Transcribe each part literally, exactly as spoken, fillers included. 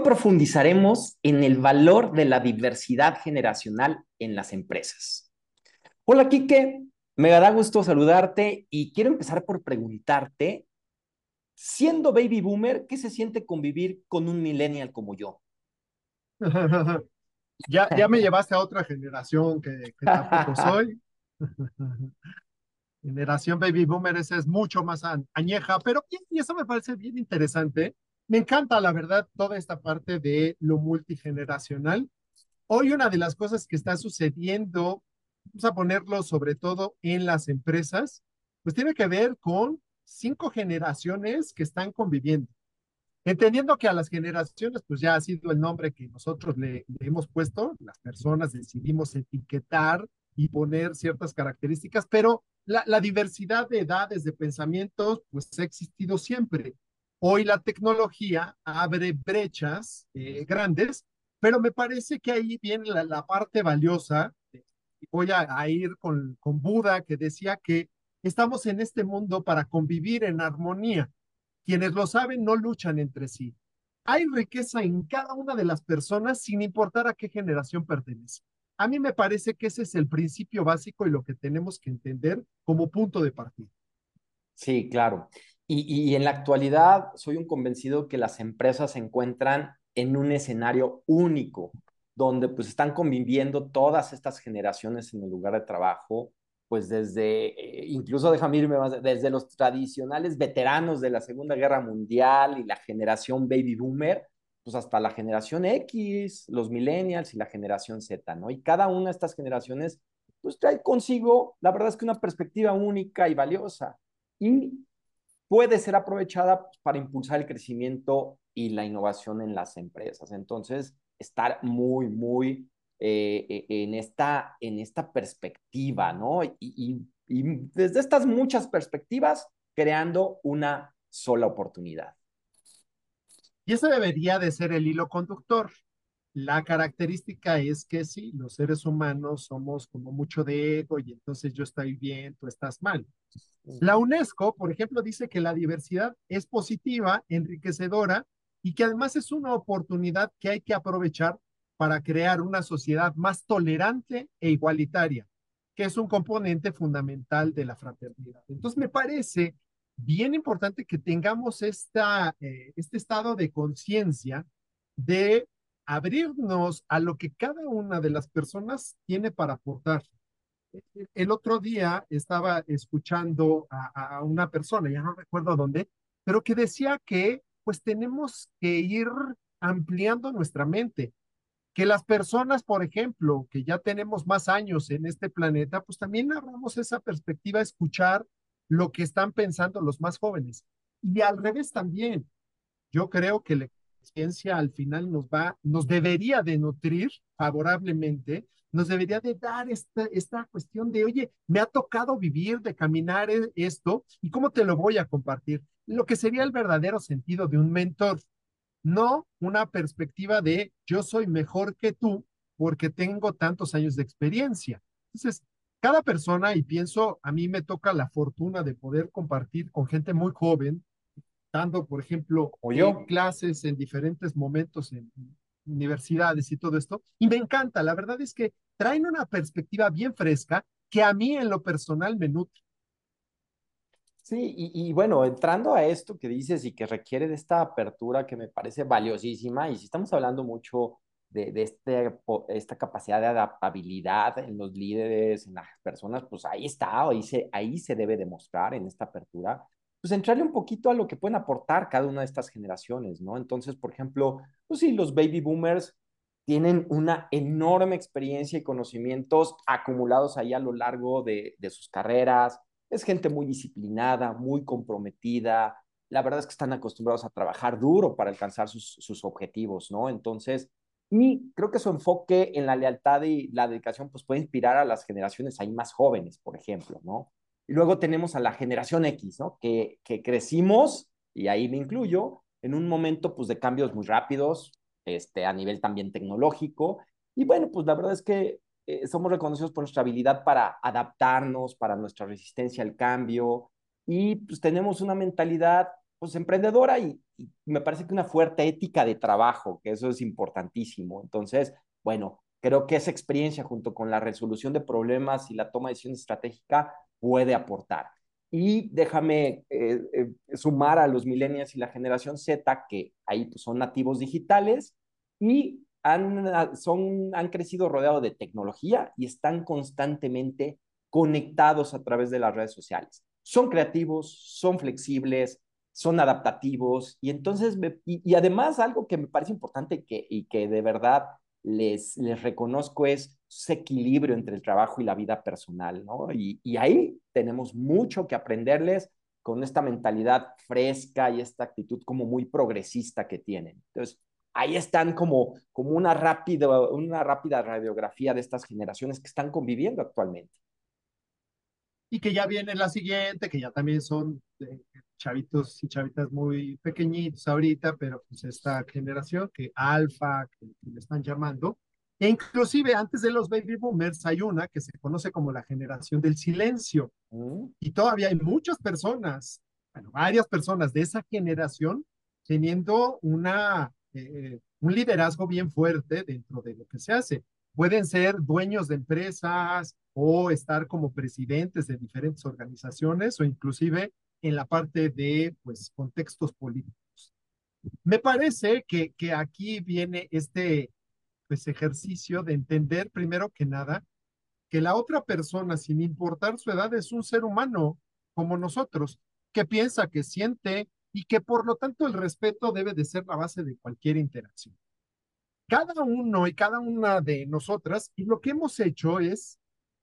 profundizaremos en el valor de la diversidad generacional en las empresas. Hola, Quique, me da gusto saludarte y quiero empezar por preguntarte, siendo baby boomer, ¿qué se siente convivir con un millennial como yo? Ya, ya me llevaste a otra generación que, que tampoco soy. Generación baby boomer, esa es mucho más a- añeja, pero y, y eso me parece bien interesante. Me encanta, la verdad, toda esta parte de lo multigeneracional. Hoy una de las cosas que está sucediendo, vamos a ponerlo sobre todo en las empresas, pues tiene que ver con cinco generaciones que están conviviendo. Entendiendo que a las generaciones, pues ya ha sido el nombre que nosotros le, le hemos puesto, las personas decidimos etiquetar y poner ciertas características, pero la, la diversidad de edades, de pensamientos, pues ha existido siempre. Hoy la tecnología abre brechas eh, grandes, pero me parece que ahí viene la, la parte valiosa. Voy a, a ir con, con Buda, que decía que estamos en este mundo para convivir en armonía. Quienes lo saben no luchan entre sí. Hay riqueza en cada una de las personas sin importar a qué generación pertenece. A mí me parece que ese es el principio básico y lo que tenemos que entender como punto de partida. Sí, claro. Y, y en la actualidad soy un convencido que las empresas se encuentran en un escenario único, donde pues están conviviendo todas estas generaciones en el lugar de trabajo, pues desde, eh, incluso déjame irme más, desde los tradicionales veteranos de la Segunda Guerra Mundial y la generación baby boomer, pues hasta la generación X, los millennials y la generación Z, ¿no? Y cada una de estas generaciones, pues trae consigo, la verdad es que una perspectiva única y valiosa y puede ser aprovechada para impulsar el crecimiento y la innovación en las empresas. Entonces, estar muy, muy eh, eh, en, esta, en esta perspectiva, ¿no? Y, y, y desde estas muchas perspectivas, creando una sola oportunidad. Y ese debería de ser el hilo conductor. La característica es que sí, los seres humanos somos como mucho de ego y entonces yo estoy bien, tú estás mal. La UNESCO, por ejemplo, dice que la diversidad es positiva, enriquecedora y que además es una oportunidad que hay que aprovechar para crear una sociedad más tolerante e igualitaria, que es un componente fundamental de la fraternidad. Entonces, me parece bien importante que tengamos esta, eh, este estado de conciencia de abrirnos a lo que cada una de las personas tiene para aportar. El otro día estaba escuchando a, a una persona, ya no recuerdo dónde, pero que decía que pues tenemos que ir ampliando nuestra mente, que las personas, por ejemplo, que ya tenemos más años en este planeta, pues también abramos esa perspectiva, a escuchar lo que están pensando los más jóvenes. Y al revés también, yo creo que la experiencia al final nos va, nos debería de nutrir favorablemente, nos debería de dar esta, esta cuestión de, oye, me ha tocado vivir, de caminar e- esto, ¿y cómo te lo voy a compartir? Lo que sería el verdadero sentido de un mentor, no una perspectiva de yo soy mejor que tú porque tengo tantos años de experiencia. Entonces, cada persona, y pienso, a mí me toca la fortuna de poder compartir con gente muy joven, dando, por ejemplo, Como eh, yo. clases en diferentes momentos en universidades y todo esto. Y me encanta, la verdad es que traen una perspectiva bien fresca que a mí en lo personal me nutre. Sí, y, y bueno, entrando a esto que dices y que requiere de esta apertura que me parece valiosísima, y si estamos hablando mucho de, de este, po- esta capacidad de adaptabilidad en los líderes, en las personas, pues ahí está, ahí se, ahí se debe demostrar en esta apertura, pues entrarle un poquito a lo que pueden aportar cada una de estas generaciones, ¿no? Entonces, por ejemplo, pues sí, los baby boomers tienen una enorme experiencia y conocimientos acumulados ahí a lo largo de, de sus carreras, es gente muy disciplinada, muy comprometida. La verdad es que están acostumbrados a trabajar duro para alcanzar sus, sus objetivos, ¿no? Entonces, y creo que su enfoque en la lealtad y la dedicación pues puede inspirar a las generaciones ahí más jóvenes, por ejemplo, ¿no? Y luego tenemos a la generación X, ¿no? Que, que crecimos, y ahí me incluyo, en un momento pues de cambios muy rápidos, este, a nivel también tecnológico. Y bueno, pues la verdad es que eh, somos reconocidos por nuestra habilidad para adaptarnos, para nuestra resistencia al cambio y pues tenemos una mentalidad pues emprendedora y, y me parece que una fuerte ética de trabajo, que eso es importantísimo. Entonces, bueno, creo que esa experiencia junto con la resolución de problemas y la toma de decisión estratégica puede aportar. Y déjame eh, eh, sumar a los millennials y la generación Z, que ahí pues, son nativos digitales y han, son, han crecido rodeados de tecnología y están constantemente conectados a través de las redes sociales. Son creativos, son flexibles, son adaptativos y entonces, me, y, y, además algo que me parece importante que, y que de verdad les, les reconozco es ese equilibrio entre el trabajo y la vida personal, ¿no? Y, y ahí tenemos mucho que aprenderles con esta mentalidad fresca y esta actitud como muy progresista que tienen. Entonces, ahí están como, como una, rápida, una rápida radiografía de estas generaciones que están conviviendo actualmente. Y que ya viene la siguiente, que ya también son eh, chavitos y chavitas muy pequeñitos ahorita, pero pues esta generación que alfa, que, que le están llamando, e inclusive antes de los baby boomers hay una que se conoce como la generación del silencio, ¿Mm? y todavía hay muchas personas, bueno, varias personas de esa generación teniendo una, eh, un liderazgo bien fuerte dentro de lo que se hace. Pueden ser dueños de empresas o estar como presidentes de diferentes organizaciones o inclusive en la parte de pues, contextos políticos. Me parece que, que aquí viene este pues, ejercicio de entender primero que nada que la otra persona, sin importar su edad, es un ser humano como nosotros, que piensa, que siente y que por lo tanto el respeto debe de ser la base de cualquier interacción. Cada uno y cada una de nosotras, y lo que hemos hecho es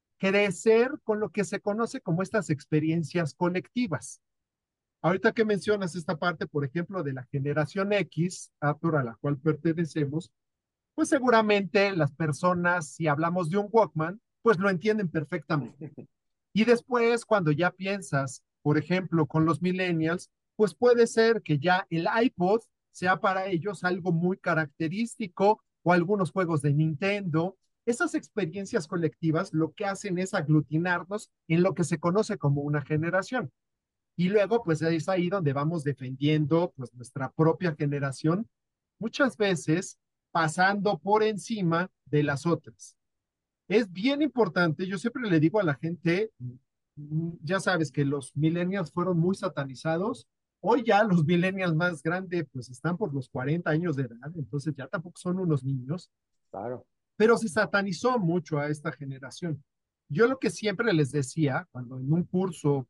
crecer con lo que se conoce como estas experiencias colectivas. Ahorita que mencionas esta parte, por ejemplo, de la generación X, Arthur, a la cual pertenecemos, pues seguramente las personas, si hablamos de un Walkman, pues lo entienden perfectamente. Y después, cuando ya piensas, por ejemplo, con los millennials, pues puede ser que ya el iPod sea para ellos algo muy característico o algunos juegos de Nintendo. Esas experiencias colectivas lo que hacen es aglutinarnos en lo que se conoce como una generación. Y luego, pues es ahí donde vamos defendiendo pues nuestra propia generación, muchas veces pasando por encima de las otras. Es bien importante, yo siempre le digo a la gente, mm, ya sabes que los millennials fueron muy satanizados, hoy ya los millennials más grandes pues están por los cuarenta años de edad, entonces ya tampoco son unos niños, Claro. pero se satanizó mucho a esta generación. Yo lo que siempre les decía, cuando en un curso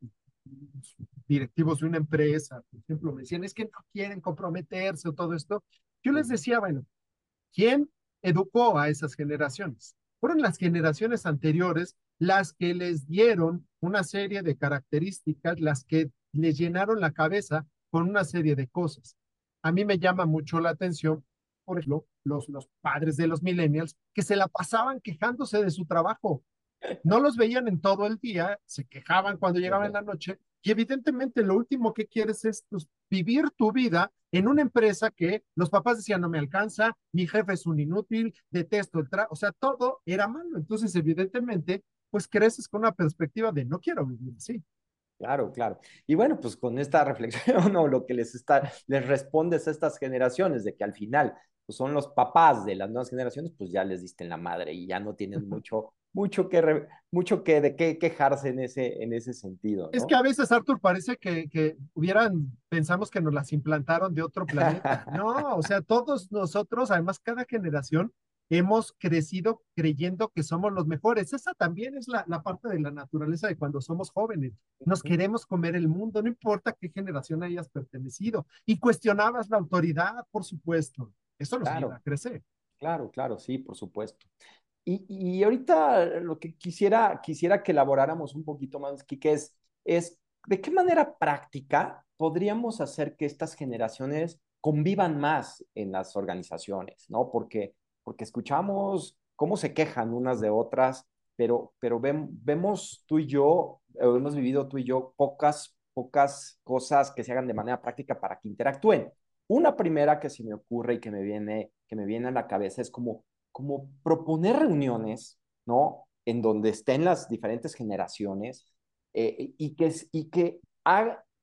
directivos de una empresa, por ejemplo, me decían, es que no quieren comprometerse o todo esto, yo les decía, bueno, ¿quién educó a esas generaciones? Fueron las generaciones anteriores las que les dieron una serie de características, las que les llenaron la cabeza con una serie de cosas. A mí me llama mucho la atención, por ejemplo, los, los padres de los millennials que se la pasaban quejándose de su trabajo. No los veían en todo el día, se quejaban cuando llegaban en la noche y evidentemente lo último que quieres es pues, vivir tu vida en una empresa que los papás decían no me alcanza, mi jefe es un inútil, detesto el trabajo, o sea, todo era malo. Entonces, evidentemente, pues creces con una perspectiva de no quiero vivir así. Claro, claro. Y bueno, pues con esta reflexión o lo que les está, les respondes a estas generaciones de que al final pues son los papás de las nuevas generaciones, pues ya les diste en la madre y ya no tienen mucho, mucho que, re, mucho que de qué quejarse en ese, en ese sentido, Es que ¿no? a veces, Arthur, parece que, que hubieran, pensamos que nos las implantaron de otro planeta. No, o sea, todos nosotros, además, cada generación, hemos crecido creyendo que somos los mejores. Esa también es la, la parte de la naturaleza de cuando somos jóvenes. Nos queremos comer el mundo, no importa qué generación hayas pertenecido. Y cuestionabas la autoridad, por supuesto. Eso nos ayuda a Claro, crecer. claro, claro, sí, por supuesto. Y, y ahorita lo que quisiera, quisiera que elaboráramos un poquito más, Kike, es, es de qué manera práctica podríamos hacer que estas generaciones convivan más en las organizaciones, ¿no? Porque, porque escuchamos cómo se quejan unas de otras, pero, pero ven, vemos tú y yo, eh, hemos vivido tú y yo pocas, pocas cosas que se hagan de manera práctica para que interactúen. Una primera que se me ocurre y que me viene, que me viene a la cabeza es como como proponer reuniones, ¿no? En donde estén las diferentes generaciones eh, y que, y que haga,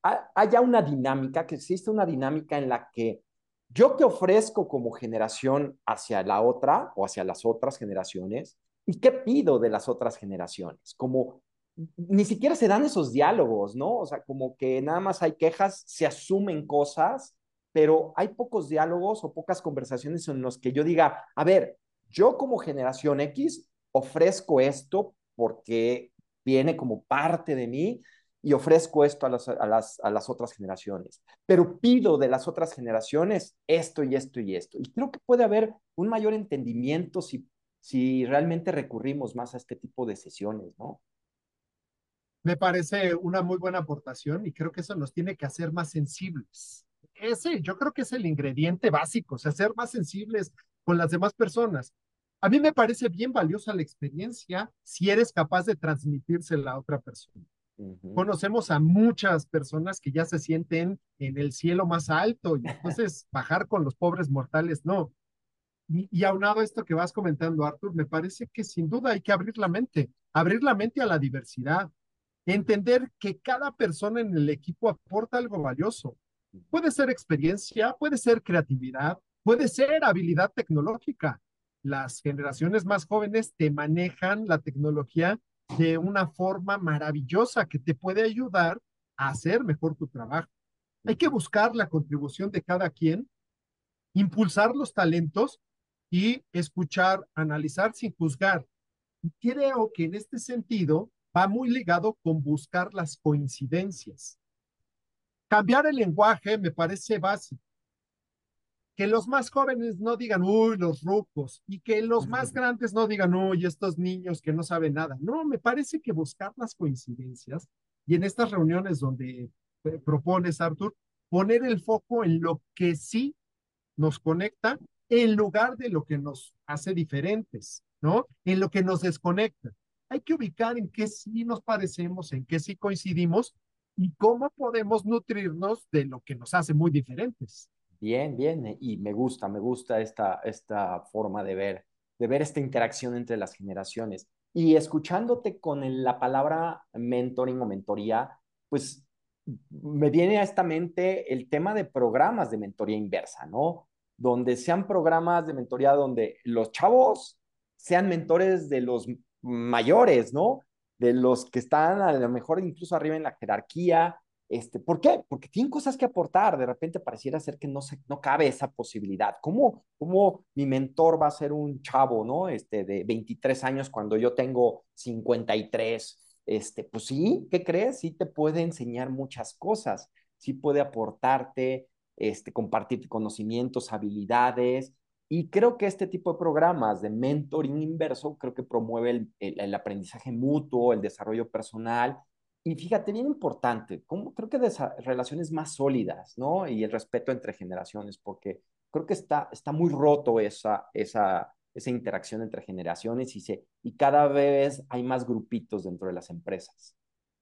ha- haya una dinámica, que existe una dinámica en la que yo te ofrezco como generación hacia la otra o hacia las otras generaciones y qué pido de las otras generaciones. Como ni siquiera se dan esos diálogos, ¿no? O sea, como que nada más hay quejas, se asumen cosas, pero hay pocos diálogos o pocas conversaciones en los que yo diga, a ver, yo como generación X ofrezco esto porque viene como parte de mí y ofrezco esto a las, a las, a las otras generaciones, pero pido de las otras generaciones esto y esto y esto. Y creo que puede haber un mayor entendimiento si, si realmente recurrimos más a este tipo de sesiones, ¿no? Me parece una muy buena aportación y creo que eso nos tiene que hacer más sensibles. Ese, yo creo que es el ingrediente básico, o sea, ser más sensibles con las demás personas. A mí me parece bien valiosa la experiencia si eres capaz de transmitírsela a otra persona. Uh -huh. Conocemos a muchas personas que ya se sienten en el cielo más alto y entonces bajar con los pobres mortales, no. Y, y aunado a esto que vas comentando, Arthur, me parece que sin duda hay que abrir la mente, abrir la mente a la diversidad, entender que cada persona en el equipo aporta algo valioso. Puede ser experiencia, puede ser creatividad, puede ser habilidad tecnológica. Las generaciones más jóvenes te manejan la tecnología de una forma maravillosa que te puede ayudar a hacer mejor tu trabajo. Hay que buscar la contribución de cada quien, impulsar los talentos y escuchar, analizar sin juzgar. Y creo que en este sentido va muy ligado con buscar las coincidencias. Cambiar el lenguaje me parece básico. Que los más jóvenes no digan, uy, los rucos, y que los más grandes no digan, uy, estos niños que no saben nada. No, me parece que buscar las coincidencias y en estas reuniones donde eh, propones, Arthur, poner el foco en lo que sí nos conecta en lugar de lo que nos hace diferentes, ¿no? En lo que nos desconecta. Hay que ubicar en qué sí nos parecemos, en qué sí coincidimos y cómo podemos nutrirnos de lo que nos hace muy diferentes. Bien, bien, y me gusta, me gusta esta, esta forma de ver, de ver esta interacción entre las generaciones. Y escuchándote con el- la palabra mentoring o mentoría, pues me viene a esta mente el tema de programas de mentoría inversa, ¿no? Donde sean programas de mentoría donde los chavos sean mentores de los mayores, ¿no? De los que están a lo mejor incluso arriba en la jerarquía. Este, ¿por qué? Porque tienen cosas que aportar. De repente pareciera ser que no, se, no cabe esa posibilidad. ¿Cómo, ¿Cómo mi mentor va a ser un chavo, ¿no? Este, de veintitrés años cuando yo tengo cincuenta y tres. Este, pues sí, ¿qué crees? Sí te puede enseñar muchas cosas. Sí puede aportarte, este, compartir conocimientos, habilidades. Y creo que este tipo de programas de mentoring inverso, creo que promueve el, el, el aprendizaje mutuo, el desarrollo personal y fíjate, bien importante, como creo que de esas relaciones más sólidas, ¿no? Y el respeto entre generaciones, porque creo que está, está muy roto esa, esa, esa interacción entre generaciones y, se, y cada vez hay más grupitos dentro de las empresas.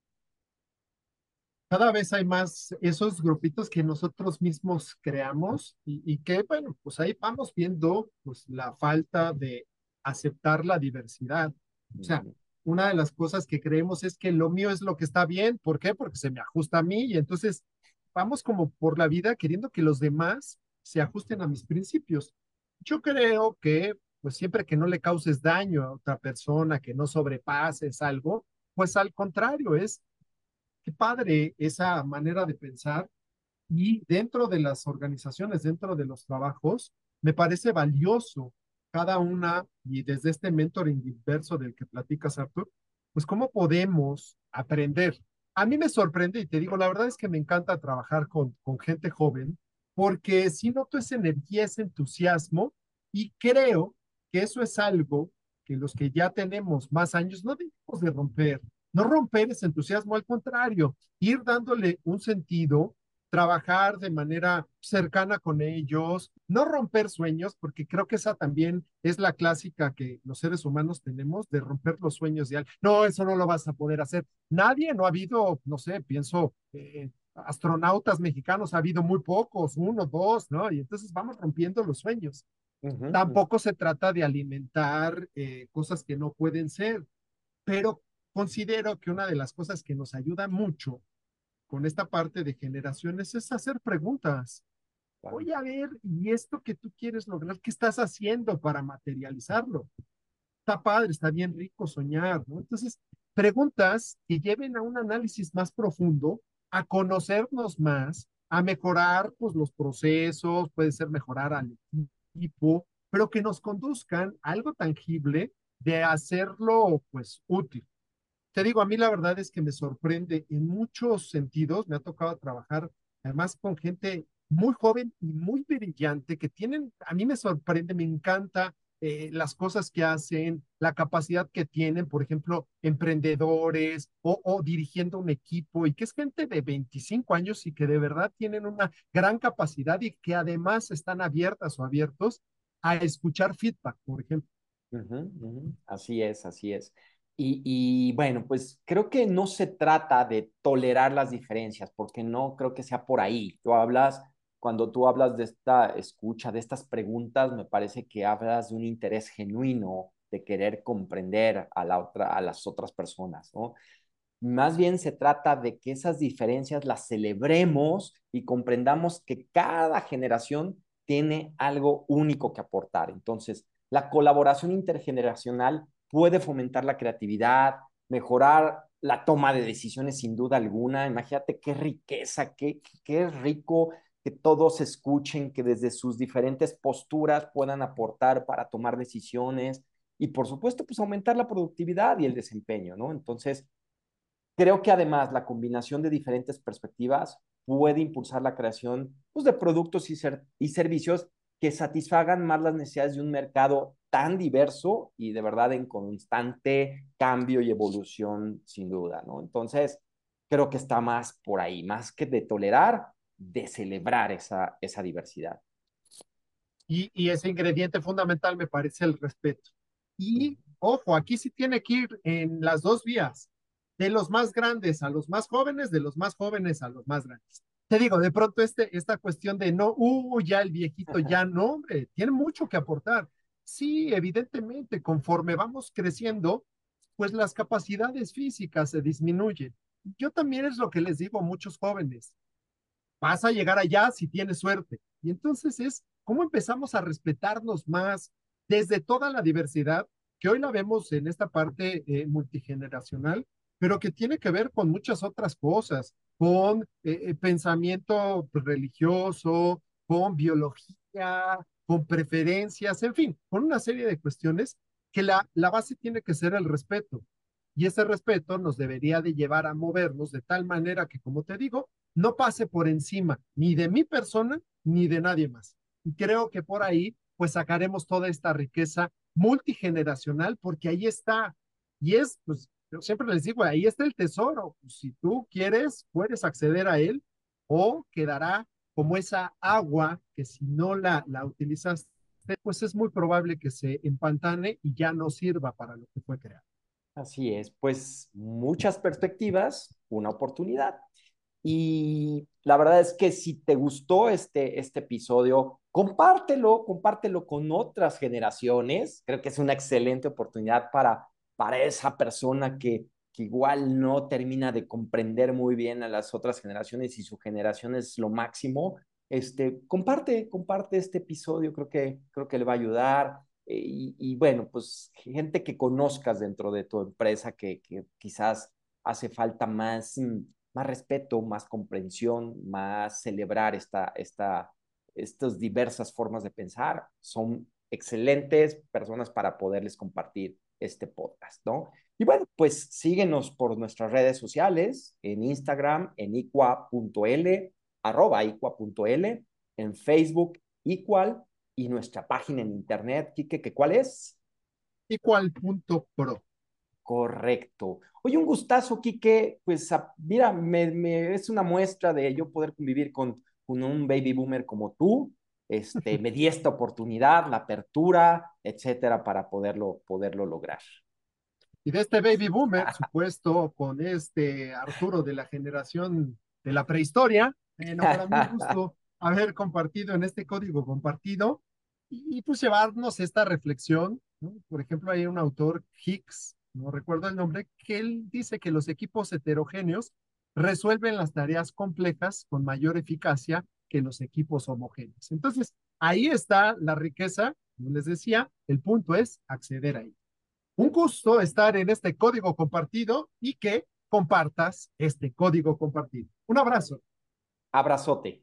Cada vez hay más esos grupitos que nosotros mismos creamos y, y que, bueno, pues ahí vamos viendo pues, la falta de aceptar la diversidad. O sea, Ujú, una de las cosas que creemos es que lo mío es lo que está bien. ¿Por qué? Porque se me ajusta a mí y entonces vamos como por la vida queriendo que los demás se ajusten a mis principios. Yo creo que, pues siempre que no le causes daño a otra persona, que no sobrepases algo, pues al contrario, es qué padre esa manera de pensar y dentro de las organizaciones, dentro de los trabajos, me parece valioso cada una y desde este mentoring inverso del que platicas, Arthur, pues cómo podemos aprender. A mí me sorprende y te digo, la verdad es que me encanta trabajar con, con gente joven porque si noto esa energía, ese entusiasmo y creo que eso es algo que los que ya tenemos más años no debemos de romper. No romper ese entusiasmo, al contrario, ir dándole un sentido, trabajar de manera cercana con ellos, no romper sueños, porque creo que esa también es la clásica que los seres humanos tenemos de romper los sueños de alguien. No, eso no lo vas a poder hacer. Nadie, no ha habido, no sé, pienso, eh, astronautas mexicanos, ha habido muy pocos, uno, dos, ¿no? Y entonces vamos rompiendo los sueños. ujú. Tampoco se trata de alimentar eh, cosas que no pueden ser, pero considero que una de las cosas que nos ayuda mucho con esta parte de generaciones es hacer preguntas. Claro. Oye, a ver, ¿y esto que tú quieres lograr, qué estás haciendo para materializarlo? Está padre, está bien rico soñar, ¿no? Entonces, preguntas que lleven a un análisis más profundo, a conocernos más, a mejorar pues, los procesos, puede ser mejorar al equipo, pero que nos conduzcan a algo tangible de hacerlo pues útil. Te digo, a mí la verdad es que me sorprende en muchos sentidos. Me ha tocado trabajar además con gente muy joven y muy brillante que tienen, a mí me sorprende, me encanta eh, las cosas que hacen, la capacidad que tienen, por ejemplo, emprendedores o, o dirigiendo un equipo y que es gente de veinticinco años y que de verdad tienen una gran capacidad y que además están abiertas o abiertos a escuchar feedback, por ejemplo. Ujú, ujú. Así es, así es. Y, y bueno, pues creo que no se trata de tolerar las diferencias, porque no creo que sea por ahí. Tú hablas, cuando tú hablas de esta escucha, de estas preguntas, me parece que hablas de un interés genuino de querer comprender a la otra, a las otras personas, ¿no? Más bien se trata de que esas diferencias las celebremos y comprendamos que cada generación tiene algo único que aportar. Entonces, la colaboración intergeneracional puede fomentar la creatividad, mejorar la toma de decisiones sin duda alguna. Imagínate qué riqueza, qué, qué rico que todos escuchen, que desde sus diferentes posturas puedan aportar para tomar decisiones y, por supuesto, pues aumentar la productividad y el desempeño, ¿no? Entonces, creo que además la combinación de diferentes perspectivas puede impulsar la creación pues, de productos y, ser, y servicios que satisfagan más las necesidades de un mercado tan diverso y de verdad en constante cambio y evolución, sin duda, ¿no? Entonces, creo que está más por ahí, más que de tolerar, de celebrar esa, esa diversidad. Y, y ese ingrediente fundamental me parece el respeto. Y ojo, aquí sí tiene que ir en las dos vías, de los más grandes a los más jóvenes, de los más jóvenes a los más grandes. Te digo, de pronto este, esta cuestión de no, uh, ya el viejito, ya no, hombre, tiene mucho que aportar. Sí, evidentemente, conforme vamos creciendo, pues las capacidades físicas se disminuyen. Yo también es lo que les digo a muchos jóvenes, vas a llegar allá si tienes suerte. Y entonces es cómo empezamos a respetarnos más desde toda la diversidad que hoy la vemos en esta parte eh, multigeneracional, pero que tiene que ver con muchas otras cosas, con eh, eh, pensamiento religioso, con biología, con preferencias, en fin, con una serie de cuestiones que la, la base tiene que ser el respeto. Y ese respeto nos debería de llevar a movernos de tal manera que, como te digo, no pase por encima ni de mi persona ni de nadie más. Y creo que por ahí pues sacaremos toda esta riqueza multigeneracional porque ahí está. Y es, pues yo siempre les digo, ahí está el tesoro. Si tú quieres, puedes acceder a él o quedará como esa agua que si no la, la utilizas, pues es muy probable que se empantane y ya no sirva para lo que fue creado. Así es, pues muchas perspectivas, una oportunidad. Y la verdad es que si te gustó este, este episodio, compártelo, compártelo con otras generaciones. Creo que es una excelente oportunidad para, para esa persona que, que igual no termina de comprender muy bien a las otras generaciones y su generación es lo máximo. Este, comparte, comparte este episodio, creo que, creo que le va a ayudar. Eh, y, y, bueno, pues gente que conozcas dentro de tu empresa que, que quizás hace falta más, mm, más respeto, más comprensión, más celebrar esta, esta, estas diversas formas de pensar. Son excelentes personas para poderles compartir este podcast, ¿no? Y bueno, pues síguenos por nuestras redes sociales, en Instagram, en iqua.l, arroba iqua.l, en Facebook, igual, y nuestra página en internet, Quique, ¿que cuál es? ¿Y cuál punto pro? Correcto. Oye, un gustazo, Quique. Pues a- mira, me, me- es una muestra de yo poder convivir con, con un baby boomer como tú. Este, me di esta oportunidad, la apertura, etcétera, para poderlo, poderlo lograr. Y de este baby boomer, supuesto con este Arturo de la generación de la prehistoria, bueno, para mí un gusto haber compartido en este código compartido y, y pues llevarnos esta reflexión, ¿no? Por ejemplo, hay un autor, Hicks, no recuerdo el nombre, que él dice que los equipos heterogéneos resuelven las tareas complejas con mayor eficacia que los equipos homogéneos. Entonces, ahí está la riqueza, como les decía, el punto es acceder a ella. Un gusto estar en este código compartido y que compartas este código compartido. Un abrazo. Abrazote.